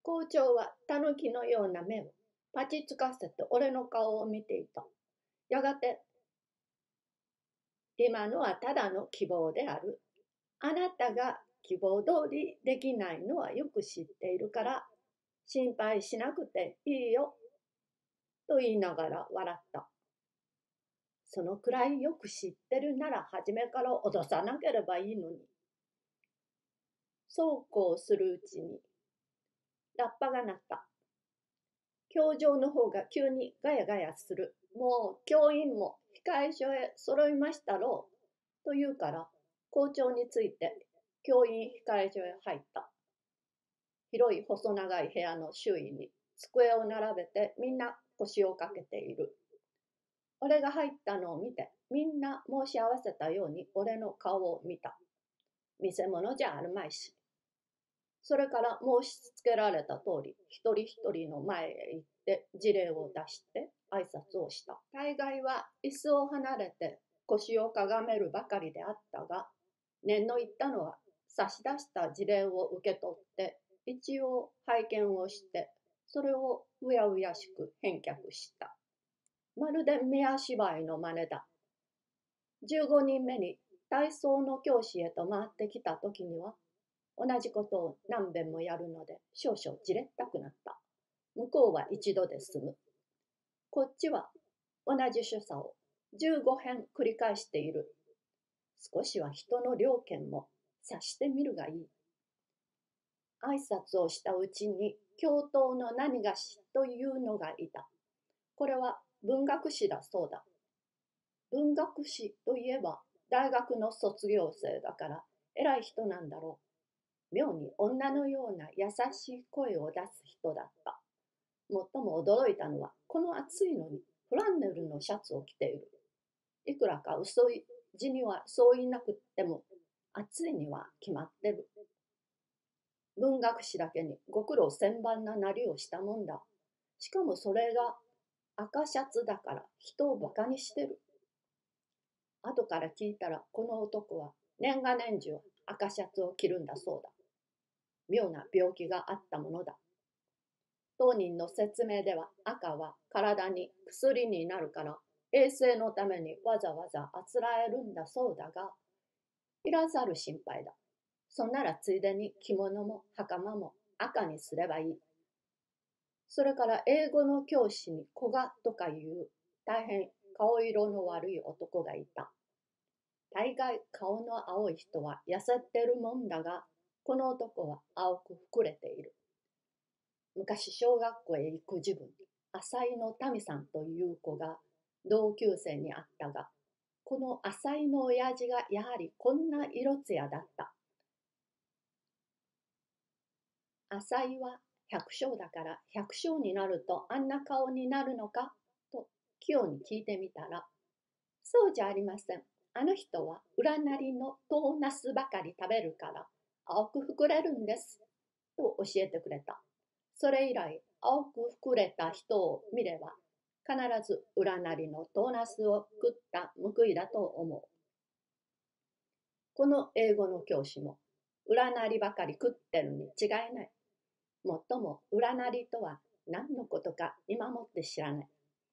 校長はタヌキのような目をパチつかせて俺の顔を見ていた。やがて、今のはただの希望である。あなたが希望通りできないのはよく知っているから、心配しなくていいよ。と言いながら笑った。そのくらいよく知ってるなら初めから脅さなければいいのに。そうこうするうちに、ラッパが鳴った。教場の方が急にガヤガヤする。もう教員も控え所へ揃いましたろう。と言うから、校長について教員控え所へ入った。広い細長い部屋の周囲に机を並べてみんな腰をかけている。俺が入ったのを見てみんな申し合わせたように俺の顔を見た。見せ物じゃあるまいし。それから申し付けられた通り、一人一人の前へ行って辞令を出して挨拶をした。大概は椅子を離れて腰をかがめるばかりであったが、念の言ったのは差し出した辞令を受け取って一応拝見をして、それをうやうやしく返却した。まるで宮芝居の真似だ。15人目に体操の教師へと回ってきた時には、同じことを何遍もやるので少々じれったくなった。向こうは一度で済む。こっちは同じ所作を15編繰り返している。少しは人の了見も察してみるがいい。挨拶をしたうちに教頭の何がしというのがいた。これは文学士だそうだ。文学士といえば大学の卒業生だから偉い人なんだろう。妙に女のような優しい声を出す人だった。最も驚いたのは、この暑いのにフランネルのシャツを着ている。いくらか嘘字にはそう言いなくっても、暑いには決まってる。文学士だけにご苦労千番ななりをしたもんだ。しかもそれが赤シャツだから人をバカにしてる。後から聞いたら、この男は年が年中赤シャツを着るんだそうだ。妙な病気があったものだ。当人の説明では、赤は体に薬になるから衛生のためにわざわざあつらえるんだそうだが、いらざる心配だ。そんならついでに着物も袴も赤にすればいい。それから英語の教師に古賀とかいう大変顔色の悪い男がいた。大概顔の青い人は痩せてるもんだが、この男は青く膨れている。昔小学校へ行く時分に浅井の民さんという子が同級生に会ったが、この浅井の親父がやはりこんな色艶だった。浅井は百姓だから百姓になるとあんな顔になるのかと清に聞いてみたら、そうじゃありません。あの人は裏なりのトーナスばかり食べるから青く膨れるんですと教えてくれた。それ以来青く膨れた人を見れば必ず裏なりのトーナスを食った報いだと思う。この英語の教師も裏なりばかり食ってるに違いない。もっとも裏なりとは何のことか今もって知らない。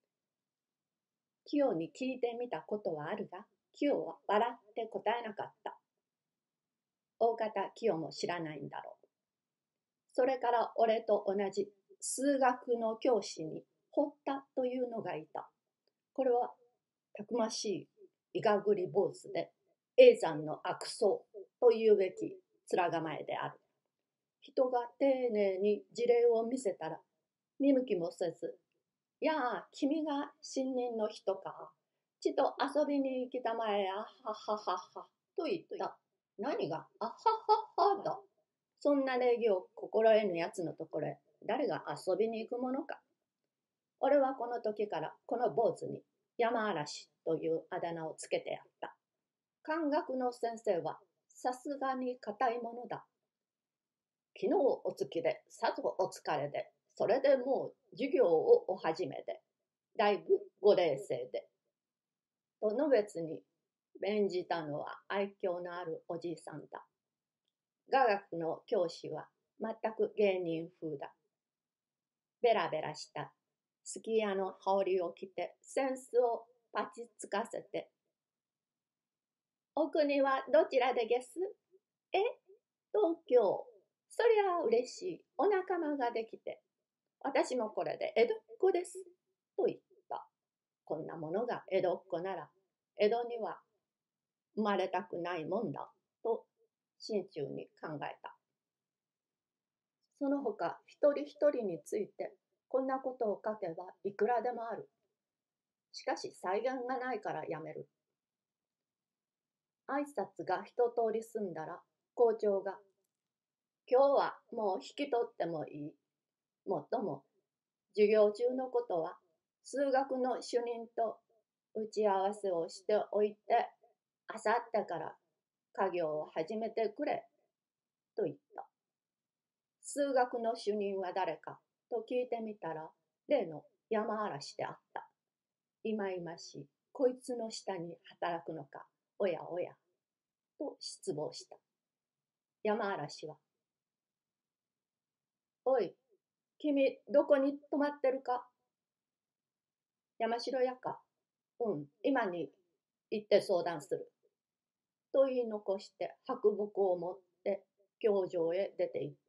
清に聞いてみたことはあるが、清は笑って答えなかった。大方清も知らないんだろう。それから俺と同じ数学の教師に堀田というのがいた。これはたくましいいがぐり坊主で叡山の悪僧というべき面構えである。人が丁寧に事例を見せたら見向きもせず、いやあ、君が新任の人か。ちと遊びに来たまえ、あはははは、と言った。何があはははだ。そんな礼儀を心得ぬやつのところへ、誰が遊びに行くものか。俺はこの時からこの坊主に山嵐というあだ名をつけてやった。漢学の先生はさすがに固いものだ。昨日お月でさぞお疲れで、それでもう授業をお始めで、だいぶご冷静で。とのべつに弁じたのは愛嬌のあるおじいさんだ。雅楽の教師は全く芸人風だ。 ベラベラしたスキー屋の羽織を着て、扇子をパチつかせて、お国はどちらでげす？え、東京。そりゃ嬉しい。お仲間ができて。私もこれで江戸っ子です。と言った。こんなものが江戸っ子なら、江戸には生まれたくないもんだ。と心中に考えた。その他一人一人についてこんなことを書けばいくらでもある。しかし再現がないからやめる。挨拶が一通り済んだら校長が、今日はもう引き取ってもいい。もっとも授業中のことは数学の主任と打ち合わせをしておいて、あさってから家業を始めてくれと言った。数学の主任は誰かと聞いてみたら、例の山嵐であった。いまいましい、こいつの下に働くのか、おやおや、と失望した。山嵐は、おい、君どこに泊まってるか？山城屋か。今に行って相談する。と言い残して白木を持って教場へ出て行った。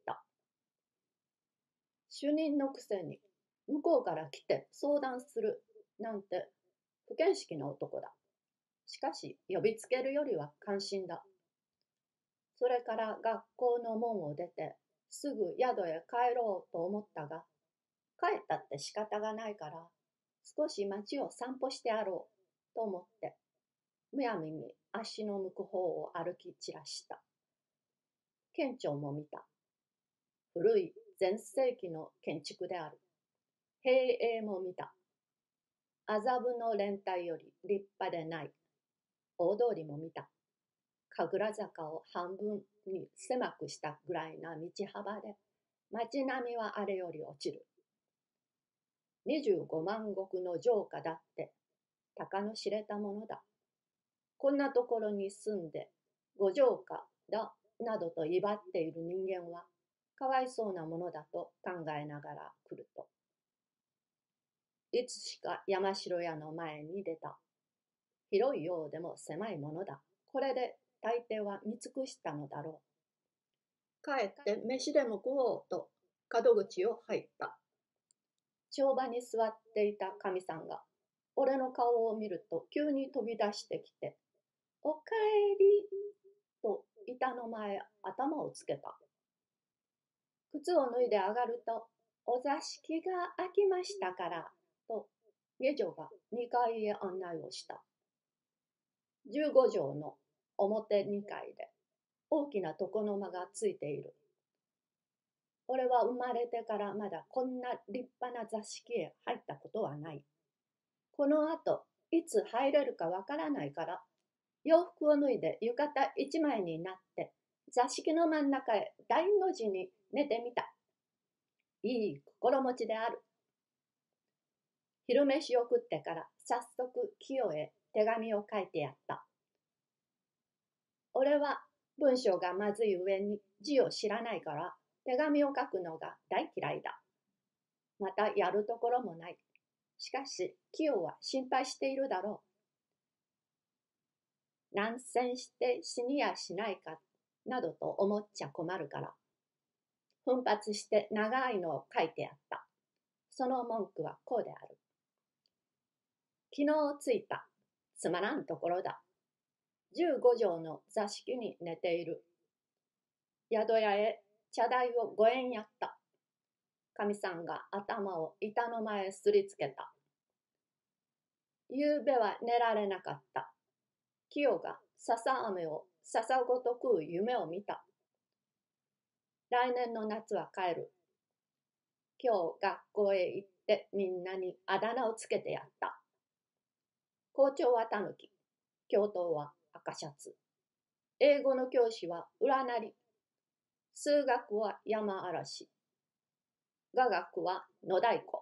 主任のくせに向こうから来て相談するなんて不見識な男だ。しかし呼びつけるよりは関心だ。それから学校の門を出てすぐ宿へ帰ろうと思ったが、帰ったって仕方がないから少し町を散歩してやろうと思ってむやみに足の向く方を歩き散らした。県庁も見た。古い前世紀の建築である。塀営も見た。麻布の連帯より立派でない。大通りも見た。神楽坂を半分に狭くしたぐらいな道幅で、街並みはあれより落ちる。25万石の城下だって鷹の知れたものだ。こんなところに住んでご城下だなどと威張っている人間はかわいそうなものだと考えながら来ると、いつしか山城屋の前に出た。広いようでも狭いものだ。これで大抵は見尽くしたのだろう。帰って飯でも食おうと門口を入った。帳場に座っていたかみさんが俺の顔を見ると急に飛び出してきて、おかえりと板の前頭をつけた。靴を脱いで上がると、お座敷が空きましたから、と下女が2階へ案内をした。15畳の表2階で大きな床の間がついている。俺は生まれてからまだこんな立派な座敷へ入ったことはない。この後、いつ入れるかわからないから、洋服を脱いで浴衣一枚になって座敷の真ん中へ大の字に寝てみた。いい心持ちである。昼飯を食ってから早速清へ手紙を書いてやった。俺は文章がまずい上に字を知らないから手紙を書くのが大嫌いだ。またやるところもない。しかし清は心配しているだろう。難戦して死にやしないかなどと思っちゃ困るから。奮発して長いのを書いてやった。その文句はこうである。昨日着いた。つまらんところだ。15畳の座敷に寝ている。宿屋へ茶代を5円やった。かみさんが頭を板の前へすりつけた。ゆうべは寝られなかった。清が笹飴を笹ごと食う夢を見た。来年の夏は帰る。今日学校へ行ってみんなにあだ名をつけてやった。校長はタヌキ、教頭は赤シャツ、英語の教師は占り、数学は山嵐、雅楽は野太鼓。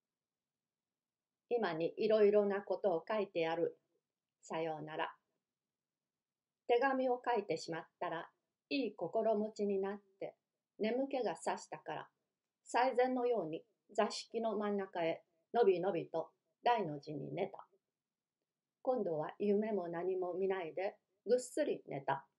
今にいろいろなことを書いてやる。さようなら。手紙を書いてしまったらいい心持ちになって眠気がさしたから最前のように座敷の真ん中へのびのびと大の字に寝た。今度は夢も何も見ないでぐっすり寝た。